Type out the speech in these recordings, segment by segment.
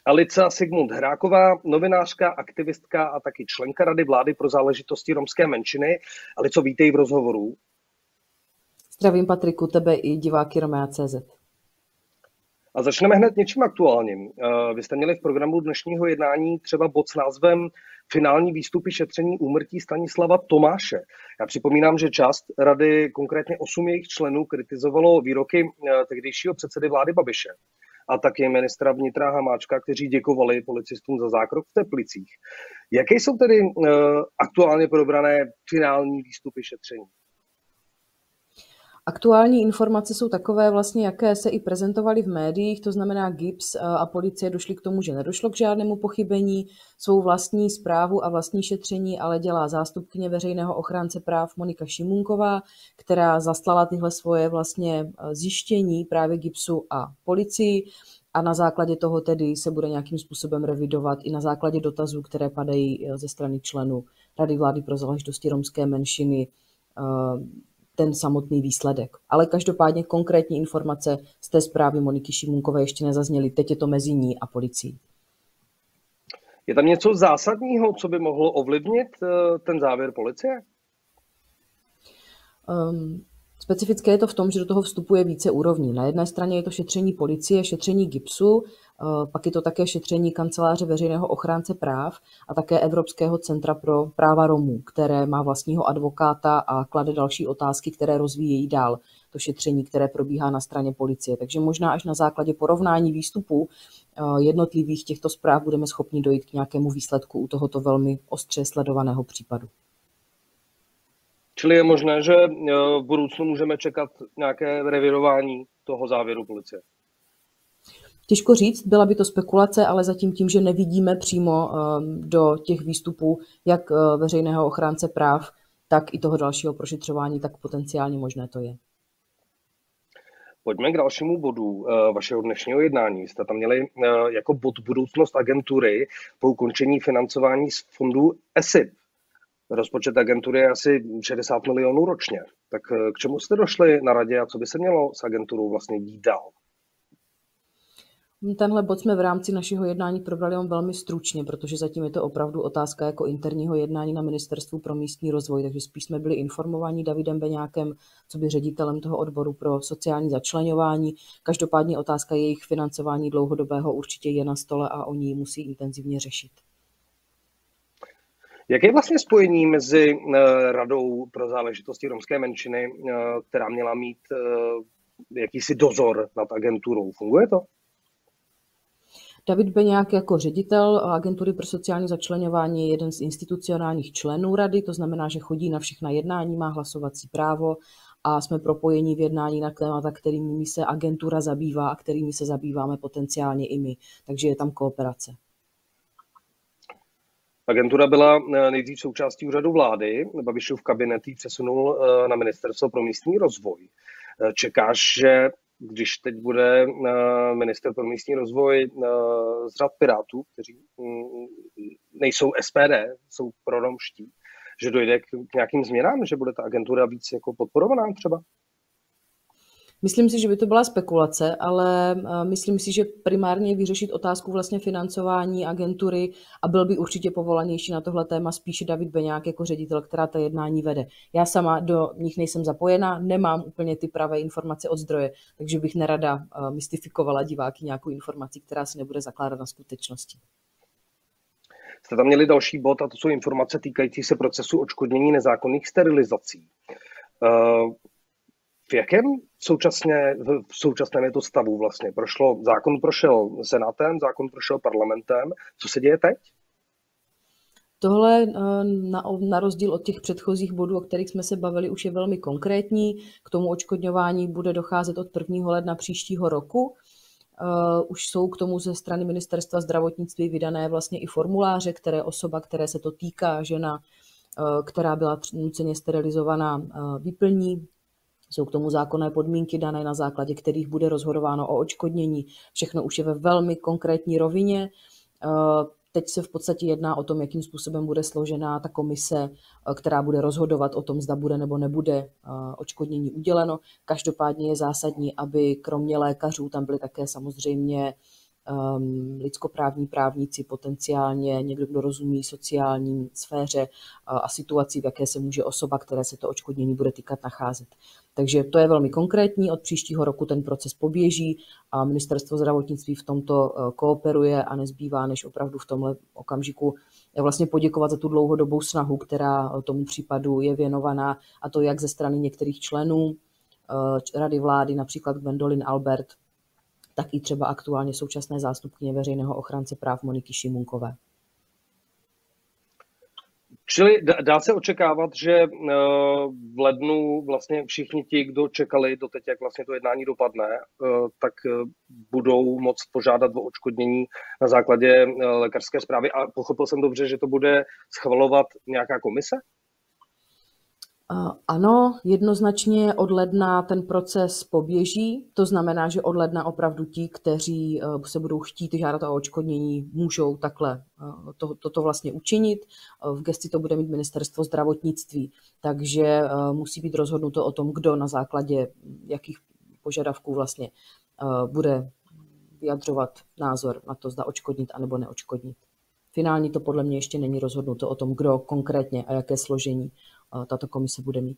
Alica Sigmund Hráková, novinářka, aktivistka a taky členka Rady vlády pro záležitosti romské menšiny. Alico, vítej v rozhovoru. Zdravím, Patriku, tebe i diváky Romea.cz. A začneme hned něčím aktuálním. Vy jste měli v programu dnešního jednání třeba bod s názvem Finální výstupy šetření úmrtí Stanislava Tomáše. Já připomínám, že část rady, konkrétně 8 jejich členů, kritizovalo výroky tehdejšího předsedy vlády Babiše a taky ministra vnitra Hamáčka, kteří děkovali policistům za zákrok v Teplicích. Jaké jsou tedy aktuálně probrané finální výstupy šetření? Aktuální informace jsou takové vlastně, jaké se i prezentovaly v médiích, to znamená GIBS a policie došli k tomu, že nedošlo k žádnému pochybení, svou vlastní zprávu a vlastní šetření ale dělá zástupkyně veřejného ochránce práv Monika Šimunková, která zaslala tyhle svoje vlastně zjištění právě GIBSu a policii a na základě toho tedy se bude nějakým způsobem revidovat i na základě dotazů, které padají ze strany členů Rady vlády pro záležitosti romské menšiny, ten samotný výsledek. Ale každopádně konkrétní informace z té zprávy Moniky Šimunkové ještě nezazněly. Teď je to mezi ní a policií. Je tam něco zásadního, co by mohlo ovlivnit ten závěr policie? Specifické je to v tom, že do toho vstupuje více úrovní. Na jedné straně je to šetření policie, šetření GIBSu, pak je to také šetření kanceláře veřejného ochránce práv a také Evropského centra pro práva Romů, které má vlastního advokáta a klade další otázky, které rozvíjejí dál to šetření, které probíhá na straně policie. Takže možná až na základě porovnání výstupů jednotlivých těchto zpráv budeme schopni dojít k nějakému výsledku u tohoto velmi ostře sledovaného případu. Čili je možné, že v budoucnu můžeme čekat nějaké revidování toho závěru policie? Těžko říct, byla by to spekulace, ale zatím tím, že nevidíme přímo do těch výstupů jak veřejného ochránce práv, tak i toho dalšího prošetřování, tak potenciálně možné to je. Pojďme k dalšímu bodu vašeho dnešního jednání. Jste tam měli jako bod budoucnost agentury po ukončení financování z fondu ESIP. Rozpočet agentury je asi 60 milionů ročně. Tak k čemu jste došli na radě a co by se mělo s agenturou vlastně dít dál? Tenhle bod jsme v rámci našeho jednání probrali jen velmi stručně, protože zatím je to opravdu otázka jako interního jednání na Ministerstvu pro místní rozvoj, takže spíš jsme byli informováni Davidem Beňákem, co by ředitelem toho odboru pro sociální začleňování. Každopádně otázka jejich financování dlouhodobého určitě je na stole a oni ji musí intenzivně řešit. Jaké je vlastně spojení mezi Radou pro záležitosti romské menšiny, která měla mít jakýsi dozor nad agenturou? Funguje to? David Beňák jako ředitel agentury pro sociální začleňování je jeden z institucionálních členů rady, to znamená, že chodí na všechna jednání, má hlasovací právo a jsme propojeni v jednání na témata, kterými se agentura zabývá a kterými se zabýváme potenciálně i my. Takže je tam kooperace. Agentura byla nejdřív součástí úřadu vlády, Babišův kabinet ji přesunul na Ministerstvo pro místní rozvoj. Čekáš, že když teď bude minister pro místní rozvoj z řad Pirátů, kteří nejsou SPD, jsou proromští, že dojde k nějakým změnám, že bude ta agentura víc jako podporovaná třeba? Myslím si, že by to byla spekulace, ale myslím si, že primárně vyřešit otázku vlastně financování agentury a byl by určitě povolanější na tohle téma spíše David Beňák jako ředitel, která ta jednání vede. Já sama do nich nejsem zapojena, nemám úplně ty pravé informace od zdroje, takže bych nerada mystifikovala diváky nějakou informací, která se nebude zakládat na skutečnosti. Jste tam měli další bod a to jsou informace týkající se procesu odškodnění nezákonných sterilizací. V jakém současném je to stavu vlastně? Zákon prošel Senátem, zákon prošel parlamentem. Co se děje teď? Tohle na rozdíl od těch předchozích bodů, o kterých jsme se bavili, už je velmi konkrétní. K tomu odškodňování bude docházet od 1. ledna příštího roku. Už jsou k tomu ze strany Ministerstva zdravotnictví vydané vlastně i formuláře, které se to týká, žena, která byla nuceně sterilizovaná, vyplní. Jsou k tomu zákonné podmínky dané, na základě kterých bude rozhodováno o odškodnění. Všechno už je ve velmi konkrétní rovině. Teď se v podstatě jedná o tom, jakým způsobem bude složená ta komise, která bude rozhodovat o tom, zda bude nebo nebude odškodnění uděleno. Každopádně je zásadní, aby kromě lékařů tam byly také samozřejmě lidskoprávní právníci, potenciálně někdo, kdo rozumí sociální sféře a situaci, v jaké se může osoba, které se to odškodnění bude týkat, nacházet. Takže to je velmi konkrétní, od příštího roku ten proces poběží a ministerstvo zdravotnictví v tomto kooperuje a nezbývá, než opravdu v tomhle okamžiku vlastně poděkovat za tu dlouhodobou snahu, která tomu případu je věnovaná, a to jak ze strany některých členů Rady vlády, například Gwendolyn Albert, tak i třeba aktuálně současné zástupkyně veřejného ochránce práv Moniky Šimunkové. Čili dá se očekávat, že v lednu vlastně všichni ti, kdo čekali doteď, jak vlastně to jednání dopadne, tak budou moct požádat o odškodnění na základě lékařské zprávy. A pochopil jsem dobře, že to bude schvalovat nějaká komise? Ano, jednoznačně od ledna ten proces poběží. To znamená, že od ledna opravdu ti, kteří se budou chtít žádat o odškodnění, můžou takhle toto vlastně učinit. V gesci to bude mít ministerstvo zdravotnictví, takže musí být rozhodnuto o tom, kdo na základě jakých požadavků vlastně bude vyjadřovat názor na to, zda odškodnit anebo neodškodnit. Finálně to podle mě ještě není rozhodnuto o tom, kdo konkrétně a jaké složení tato komise bude mít.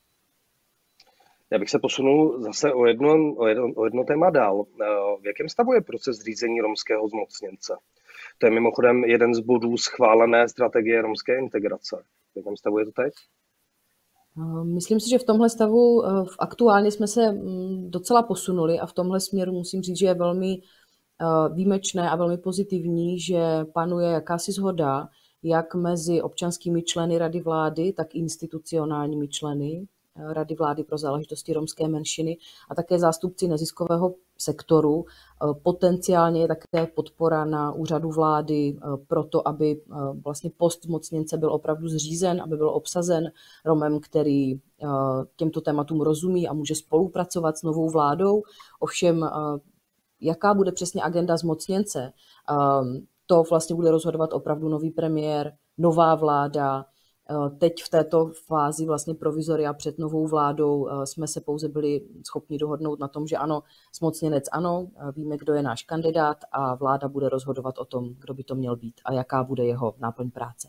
Já bych se posunul zase o jedno téma dál. V jakém stavu je proces zřízení romského zmocněnce? To je mimochodem jeden z bodů schválené strategie romské integrace. V jakém stavu je to teď? Myslím si, že v tomhle stavu aktuálně jsme se docela posunuli a v tomhle směru musím říct, že je velmi výjimečné a velmi pozitivní, že panuje jakási shoda jak mezi občanskými členy Rady vlády, tak i institucionálními členy Rady vlády pro záležitosti romské menšiny a také zástupci neziskového sektoru. Potenciálně je také podpora na úřadu vlády pro to, aby vlastně post zmocněnce byl opravdu zřízen, aby byl obsazen Romem, který těmto tématům rozumí a může spolupracovat s novou vládou. Ovšem, jaká bude přesně agenda zmocněnce, to vlastně bude rozhodovat opravdu nový premiér, nová vláda. Teď v této fázi vlastně provizoria před novou vládou jsme se pouze byli schopni dohodnout na tom, že ano, zmocněnec ano, víme, kdo je náš kandidát a vláda bude rozhodovat o tom, kdo by to měl být a jaká bude jeho náplň práce.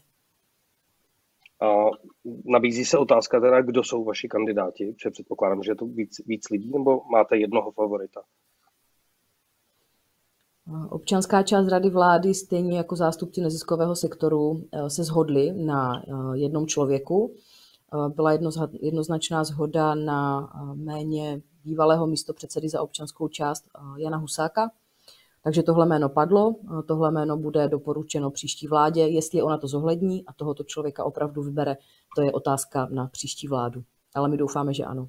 A nabízí se otázka teda, kdo jsou vaši kandidáti, protože předpokládám, že je to víc lidí, nebo máte jednoho favorita? Občanská část Rady vlády, stejně jako zástupci neziskového sektoru, se shodli na jednom člověku. Byla jednoznačná shoda na jméně bývalého místopředsedy za občanskou část Jana Husáka. Takže tohle jméno padlo, tohle jméno bude doporučeno příští vládě. Jestli ona to zohlední a tohoto člověka opravdu vybere, to je otázka na příští vládu. Ale my doufáme, že ano.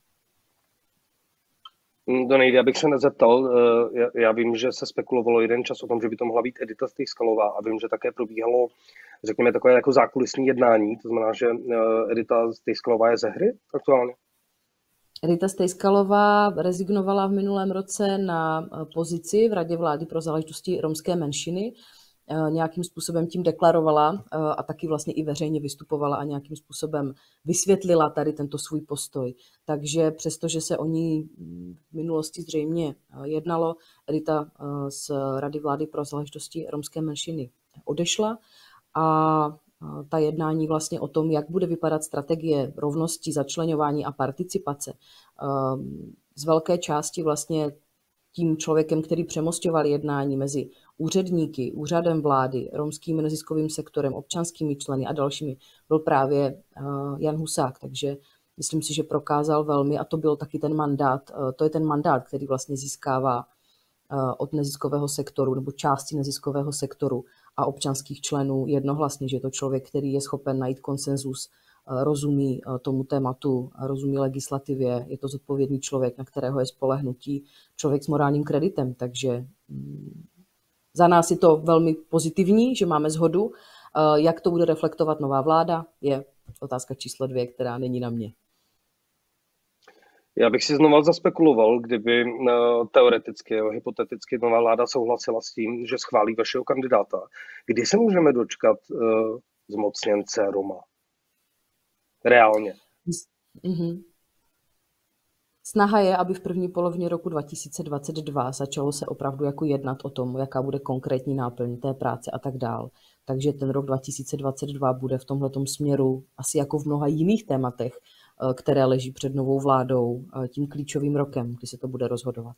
To nejde, abych se nezeptal. Já vím, že se spekulovalo jeden čas o tom, že by to mohla být Edita Stejskalová a vím, že také probíhalo, řekněme, takové jako zákulisní jednání. To znamená, že Edita Stejskalová je ze hry aktuálně? Edita Stejskalová rezignovala v minulém roce na pozici v Radě vlády pro záležitosti romské menšiny. Nějakým způsobem tím deklarovala a taky vlastně i veřejně vystupovala a nějakým způsobem vysvětlila tady tento svůj postoj. Takže přestože se o ní v minulosti zřejmě jednalo, Edita z Rady vlády pro záležitosti romské menšiny odešla a ta jednání vlastně o tom, jak bude vypadat strategie rovnosti, začleňování a participace, z velké části vlastně tím člověkem, který přemosťoval jednání mezi úředníky, úřadem vlády, romským neziskovým sektorem, občanskými členy a dalšími, byl právě Jan Husák. Takže myslím si, že prokázal velmi, a to byl taky ten mandát, to je ten mandát, který vlastně získává od neziskového sektoru nebo části neziskového sektoru a občanských členů jednohlasně, že je to člověk, který je schopen najít konsenzus, rozumí tomu tématu, rozumí legislativě, je to zodpovědný člověk, na kterého je spolehnutí, člověk s morálním kreditem, takže za nás je to velmi pozitivní, že máme shodu. Jak to bude reflektovat nová vláda, je otázka číslo 2, která není na mě. Já bych si znovu zaspekuloval, kdyby teoreticky, hypoteticky nová vláda souhlasila s tím, že schválí vašeho kandidáta. Kdy se můžeme dočkat zmocněnce Roma? Reálně. Snaha je, aby v první polovině roku 2022 začalo se opravdu jako jednat o tom, jaká bude konkrétní náplň té práce a tak dál. Takže ten rok 2022 bude v tomhletom směru, asi jako v mnoha jiných tématech, které leží před novou vládou, tím klíčovým rokem, kdy se to bude rozhodovat.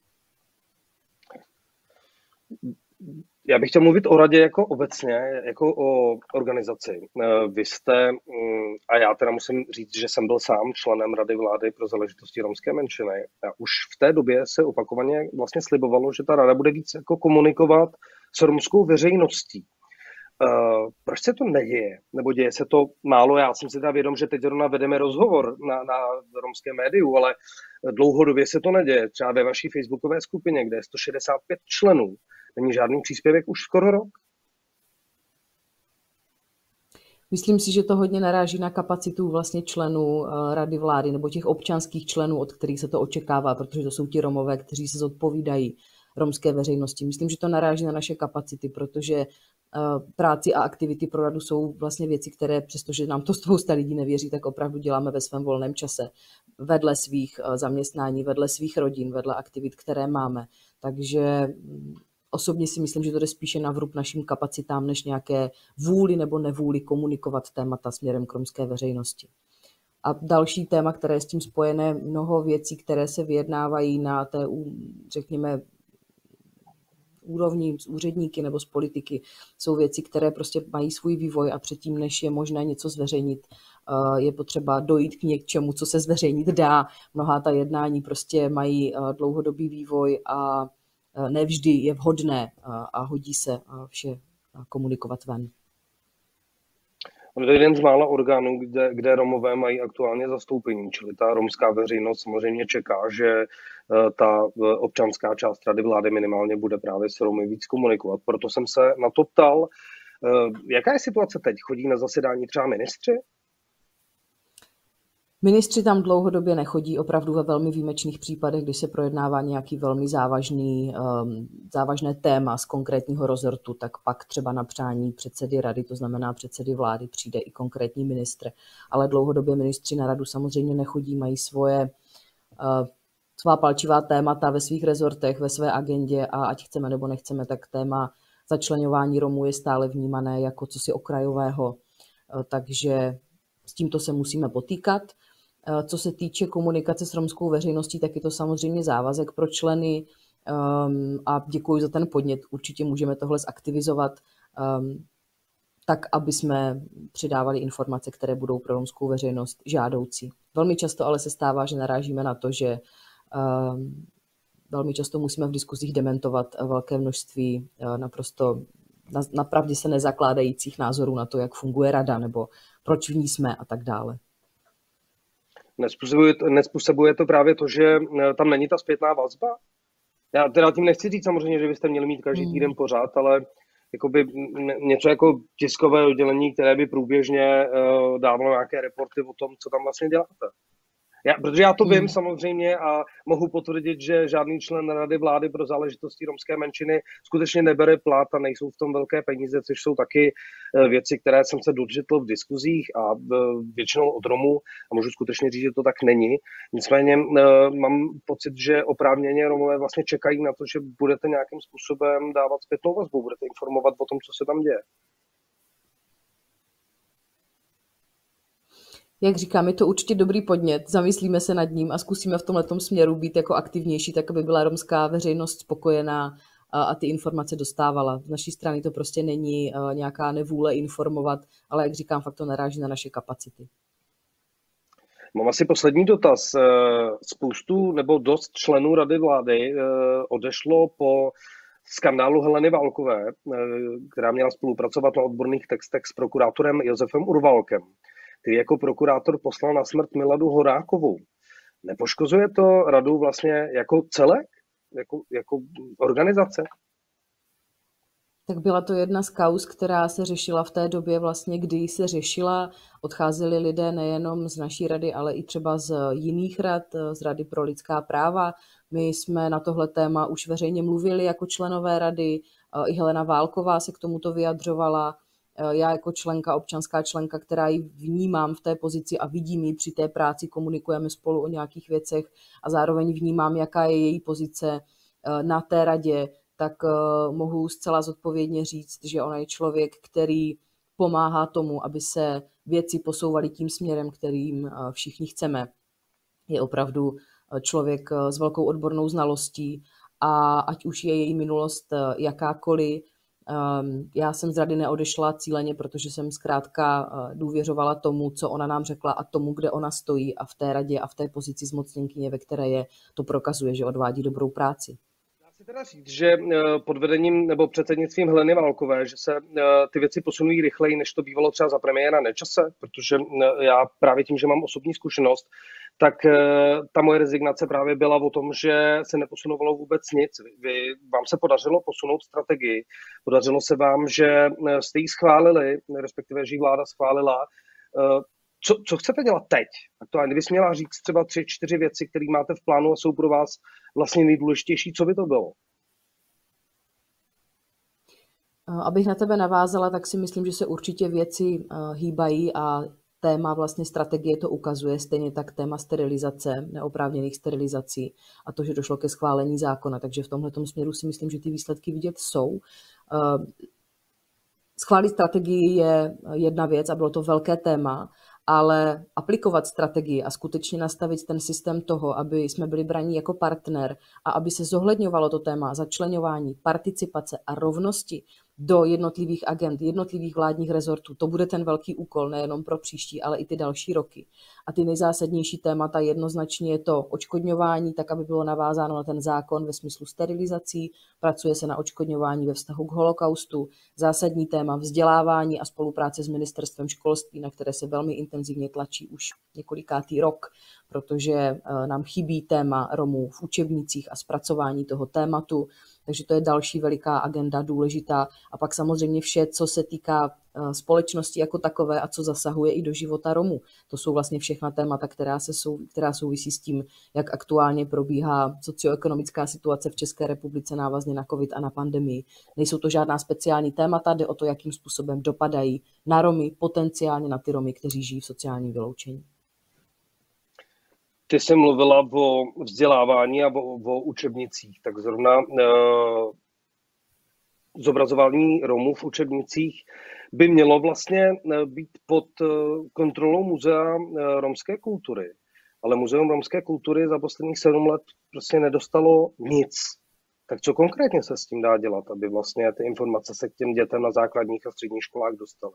Já bych chtěl mluvit o radě jako obecně, jako o organizaci. Vy jste, a já teda musím říct, že jsem byl sám členem Rady vlády pro záležitosti romské menšiny. A už v té době se opakovaně vlastně slibovalo, že ta rada bude víc jako komunikovat s romskou veřejností. Proč se to neděje? Nebo děje se to málo? Já jsem si teda vědom, že teď zrovna vedeme rozhovor na romském médiu, ale dlouhodobě se to neděje. Třeba ve vaší facebookové skupině, kde je 165 členů, není žádný příspěvek už skoro rok? Myslím si, že to hodně naráží na kapacitu vlastně členů Rady vlády nebo těch občanských členů, od kterých se to očekává, protože to jsou ti Romové, kteří se zodpovídají romské veřejnosti. Myslím, že to naráží na naše kapacity, protože práci a aktivity pro radu jsou vlastně věci, které, přestože nám to spousta lidí nevěří, tak opravdu děláme ve svém volném čase. Vedle svých zaměstnání, vedle svých rodin, vedle aktivit, které máme. Takže osobně si myslím, že to jde spíše na vrub našim kapacitám, než nějaké vůli nebo nevůli komunikovat témata směrem k romské veřejnosti. A další téma, které je s tím spojené, mnoho věcí, které se vyjednávají na té, řekněme, úrovni s úředníky nebo z politiky, jsou věci, které prostě mají svůj vývoj a předtím, než je možné něco zveřejnit, je potřeba dojít k něčemu, co se zveřejnit dá. Mnohá ta jednání prostě mají dlouhodobý vývoj a nevždy je vhodné a hodí se vše komunikovat ven. To je jeden z mála orgánů, kde Romové mají aktuálně zastoupení, čili ta romská veřejnost samozřejmě čeká, že ta občanská část Rady vlády minimálně bude právě s Romy víc komunikovat. Proto jsem se na to ptal. Jaká je situace teď? Chodí na zasedání třeba ministři? Ministři tam dlouhodobě nechodí, opravdu ve velmi výjimečných případech, když se projednává nějaký velmi závažné téma z konkrétního rezortu, tak pak třeba na přání předsedy rady, to znamená předsedy vlády, přijde i konkrétní ministr. Ale dlouhodobě ministři na radu samozřejmě nechodí, mají svá palčivá témata ve svých rezortech, ve své agendě a ať chceme nebo nechceme, tak téma začleňování Romů je stále vnímané jako cosi okrajového. Takže s tímto se musíme potýkat. Co se týče komunikace s romskou veřejností, tak je to samozřejmě závazek pro členy a děkuji za ten podnět. Určitě můžeme tohle zaktivizovat tak, aby jsme přidávali informace, které budou pro romskou veřejnost žádoucí. Velmi často ale se stává, že narážíme na to, že velmi často musíme v diskuzích dementovat velké množství naprosto napravdě se nezakládajících názorů na to, jak funguje rada nebo proč v ní jsme a tak dále. Nespůsobuje to právě to, že tam není ta zpětná vazba? Já teda tím nechci říct samozřejmě, že byste měli mít každý týden pořád, ale jakoby něco jako tiskové oddělení, které by průběžně dávalo nějaké reporty o tom, co tam vlastně děláte. Protože já to vím samozřejmě a mohu potvrdit, že žádný člen Rady vlády pro záležitosti romské menšiny skutečně nebere plat a nejsou v tom velké peníze, což jsou taky věci, které jsem se dočetl v diskuzích a většinou od Romů a můžu skutečně říct, že to tak není. Nicméně mám pocit, že oprávněně Romové vlastně čekají na to, že budete nějakým způsobem dávat zpětnou vazbu, budete informovat o tom, co se tam děje. Jak říkám, je to určitě dobrý podnět, zamyslíme se nad ním a zkusíme v tomhletom směru být jako aktivnější, tak aby byla romská veřejnost spokojená a ty informace dostávala. Z naší strany to prostě není nějaká nevůle informovat, ale jak říkám, fakt to naráží na naše kapacity. Mám asi poslední dotaz. Spoustu nebo dost členů Rady vlády odešlo po skandálu Heleny Válkové, která měla spolupracovat na odborných textech s prokurátorem Josefem Urvalkem, který jako prokurátor poslal na smrt Miladu Horákovou. Nepoškozuje to radu vlastně jako celek? Jako organizace? Tak byla to jedna z kauz, která se řešila v té době vlastně, kdy se řešila. Odcházeli lidé nejenom z naší rady, ale i třeba z jiných rad, z Rady pro lidská práva. My jsme na tohle téma už veřejně mluvili jako členové rady. I Helena Válková se k tomuto vyjadřovala. já jako členka, občanská členka, která ji vnímám v té pozici a vidím ji při té práci, komunikujeme spolu o nějakých věcech a zároveň vnímám, jaká je její pozice na té radě, tak mohu zcela zodpovědně říct, že ona je člověk, který pomáhá tomu, aby se věci posouvaly tím směrem, kterým všichni chceme. Je opravdu člověk s velkou odbornou znalostí a ať už je její minulost jakákoliv, já jsem z rady neodešla cíleně, protože jsem zkrátka důvěřovala tomu, co ona nám řekla a tomu, kde ona stojí a v té radě a v té pozici zmocněnkyně, ve které je, to prokazuje, že odvádí dobrou práci. Dá se teda říct, že pod vedením nebo předsednictvím Heleny Válkové, že se ty věci posunují rychleji, než to bývalo třeba za premiéra Nečase, protože já právě tím, že mám osobní zkušenost, tak ta moje rezignace právě byla o tom, že se neposunovalo vůbec nic. Vám se podařilo posunout strategii, podařilo se vám, že jste ji schválili, respektive, že ji vláda schválila. Co chcete dělat teď? Kdybys měla říct třeba 3-4 věci, které máte v plánu a jsou pro vás vlastně nejdůležitější, co by to bylo? Abych na tebe navázala, tak si myslím, že se určitě věci hýbají a téma vlastně strategie to ukazuje, stejně tak téma sterilizace, neoprávněných sterilizací a to, že došlo ke schválení zákona. Takže v tomhletom směru si myslím, že ty výsledky vidět jsou. Schválit strategii je jedna věc a bylo to velké téma, ale aplikovat strategii a skutečně nastavit ten systém toho, aby jsme byli braní jako partner a aby se zohledňovalo to téma začleňování, participace a rovnosti do jednotlivých agend, jednotlivých vládních rezortů. To bude ten velký úkol nejenom pro příští, ale i ty další roky. A ty nejzásadnější témata jednoznačně je to odškodňování, tak aby bylo navázáno na ten zákon ve smyslu sterilizací, pracuje se na odškodňování ve vztahu k holokaustu, zásadní téma vzdělávání a spolupráce s ministerstvem školství, na které se velmi intenzivně tlačí už několikátý rok, protože nám chybí téma Romů v učebnicích a zpracování toho tématu. Takže to je další veliká agenda důležitá. A pak samozřejmě vše, co se týká společnosti jako takové a co zasahuje i do života Romů. To jsou vlastně všechna témata, která souvisí s tím, jak aktuálně probíhá socioekonomická situace v České republice návazně na COVID a na pandemii. Nejsou to žádná speciální témata, jde o to, jakým způsobem dopadají na Romy, potenciálně na ty Romy, kteří žijí v sociálním vyloučení. Ty jsi mluvila o vzdělávání a o učebnicích, tak zrovna zobrazování Romů v učebnicích by mělo vlastně být pod kontrolou Muzea romské kultury. Ale Muzeum romské kultury za posledních 7 let prostě nedostalo nic. Tak co konkrétně se s tím dá dělat, aby vlastně ty informace se k těm dětem na základních a středních školách dostaly?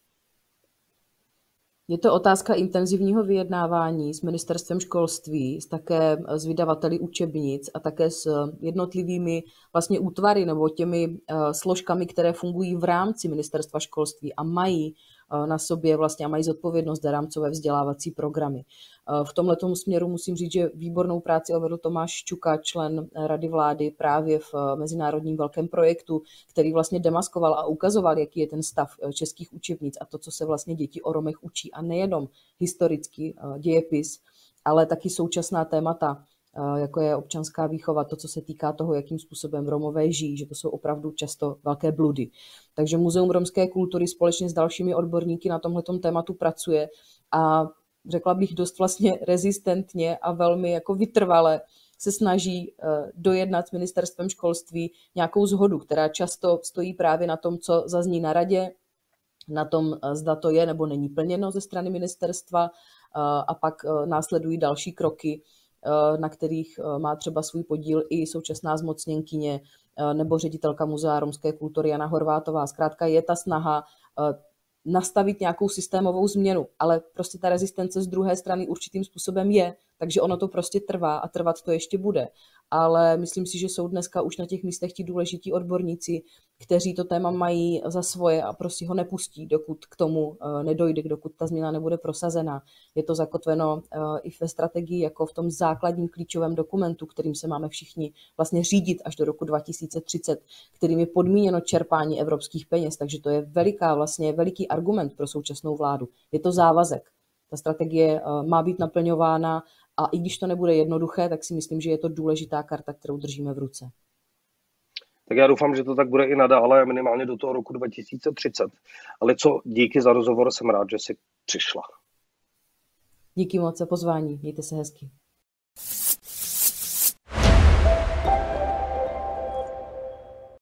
Je to otázka intenzivního vyjednávání s ministerstvem školství, také s vydavateli učebnic a také s jednotlivými vlastně útvary nebo těmi složkami, které fungují v rámci ministerstva školství a mají na sobě vlastně a mají zodpovědnost za rámcové vzdělávací programy. V tomhletom směru musím říct, že výbornou práci odvedl Tomáš Šťuka, člen Rady vlády, právě v mezinárodním velkém projektu, který vlastně demaskoval a ukazoval, jaký je ten stav českých učebnic a to, co se vlastně děti o Romech učí. A nejenom historický dějepis, ale taky současná témata, jako je občanská výchova, to, co se týká toho, jakým způsobem Romové žijí, že to jsou opravdu často velké bludy. Takže Muzeum romské kultury společně s dalšími odborníky na tomhletom tématu pracuje a řekla bych dost vlastně rezistentně a velmi jako vytrvale se snaží dojednat s ministerstvem školství nějakou shodu, která často stojí právě na tom, co zazní na radě, na tom, zda to je nebo není plněno ze strany ministerstva a pak následují další kroky, na kterých má třeba svůj podíl i současná zmocněnkyně nebo ředitelka Muzea romské kultury Jana Horvátová. Zkrátka je ta snaha nastavit nějakou systémovou změnu, ale prostě ta rezistence z druhé strany určitým způsobem je, takže ono to prostě trvá a trvat to ještě bude. Ale myslím si, že jsou dneska už na těch místech ti důležití odborníci, kteří to téma mají za svoje a prostě ho nepustí, dokud k tomu nedojde, dokud ta změna nebude prosazena. Je to zakotveno i ve strategii jako v tom základním klíčovém dokumentu, kterým se máme všichni vlastně řídit až do roku 2030, kterým je podmíněno čerpání evropských peněz, takže to je veliký argument pro současnou vládu. Je to závazek. Ta strategie má být naplňována a i když to nebude jednoduché, tak si myslím, že je to důležitá karta, kterou držíme v ruce. Tak já doufám, že to tak bude i nadále, minimálně do toho roku 2030. Ale díky za rozhovor, jsem rád, že jsi přišla. Díky moc za pozvání, mějte se hezky.